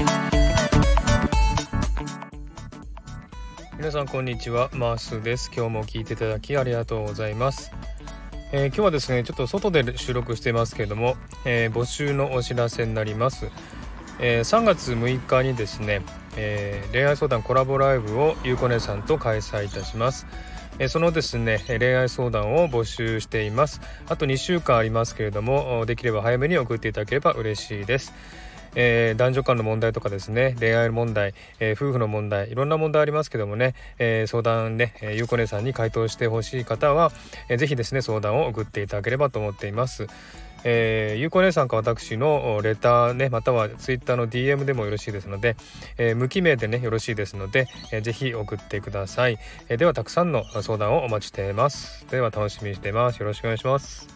皆さんこんにちは、マースです。今日も聞いていただきありがとうございます。今日はですねちょっと外で収録していますけれども、募集のお知らせになります。3月6日にですね、恋愛相談コラボライブをゆうこ姉さんと開催いたします。そのですね恋愛相談を募集しています。あと2週間ありますけれども、できれば早めに送っていただければ嬉しいです。男女間の問題とかですね、恋愛問題、夫婦の問題、いろんな問題ありますけどもね、相談ね、ゆうこ姉さんに回答してほしい方は、ぜひですね相談を送っていただければと思っています。ゆうこ姉さんか私のレターね、またはツイッターの DM でもよろしいですので、無記名でねよろしいですので、ぜひ送ってください。ではたくさんの相談をお待ちしています。では楽しみにしています。よろしくお願いします。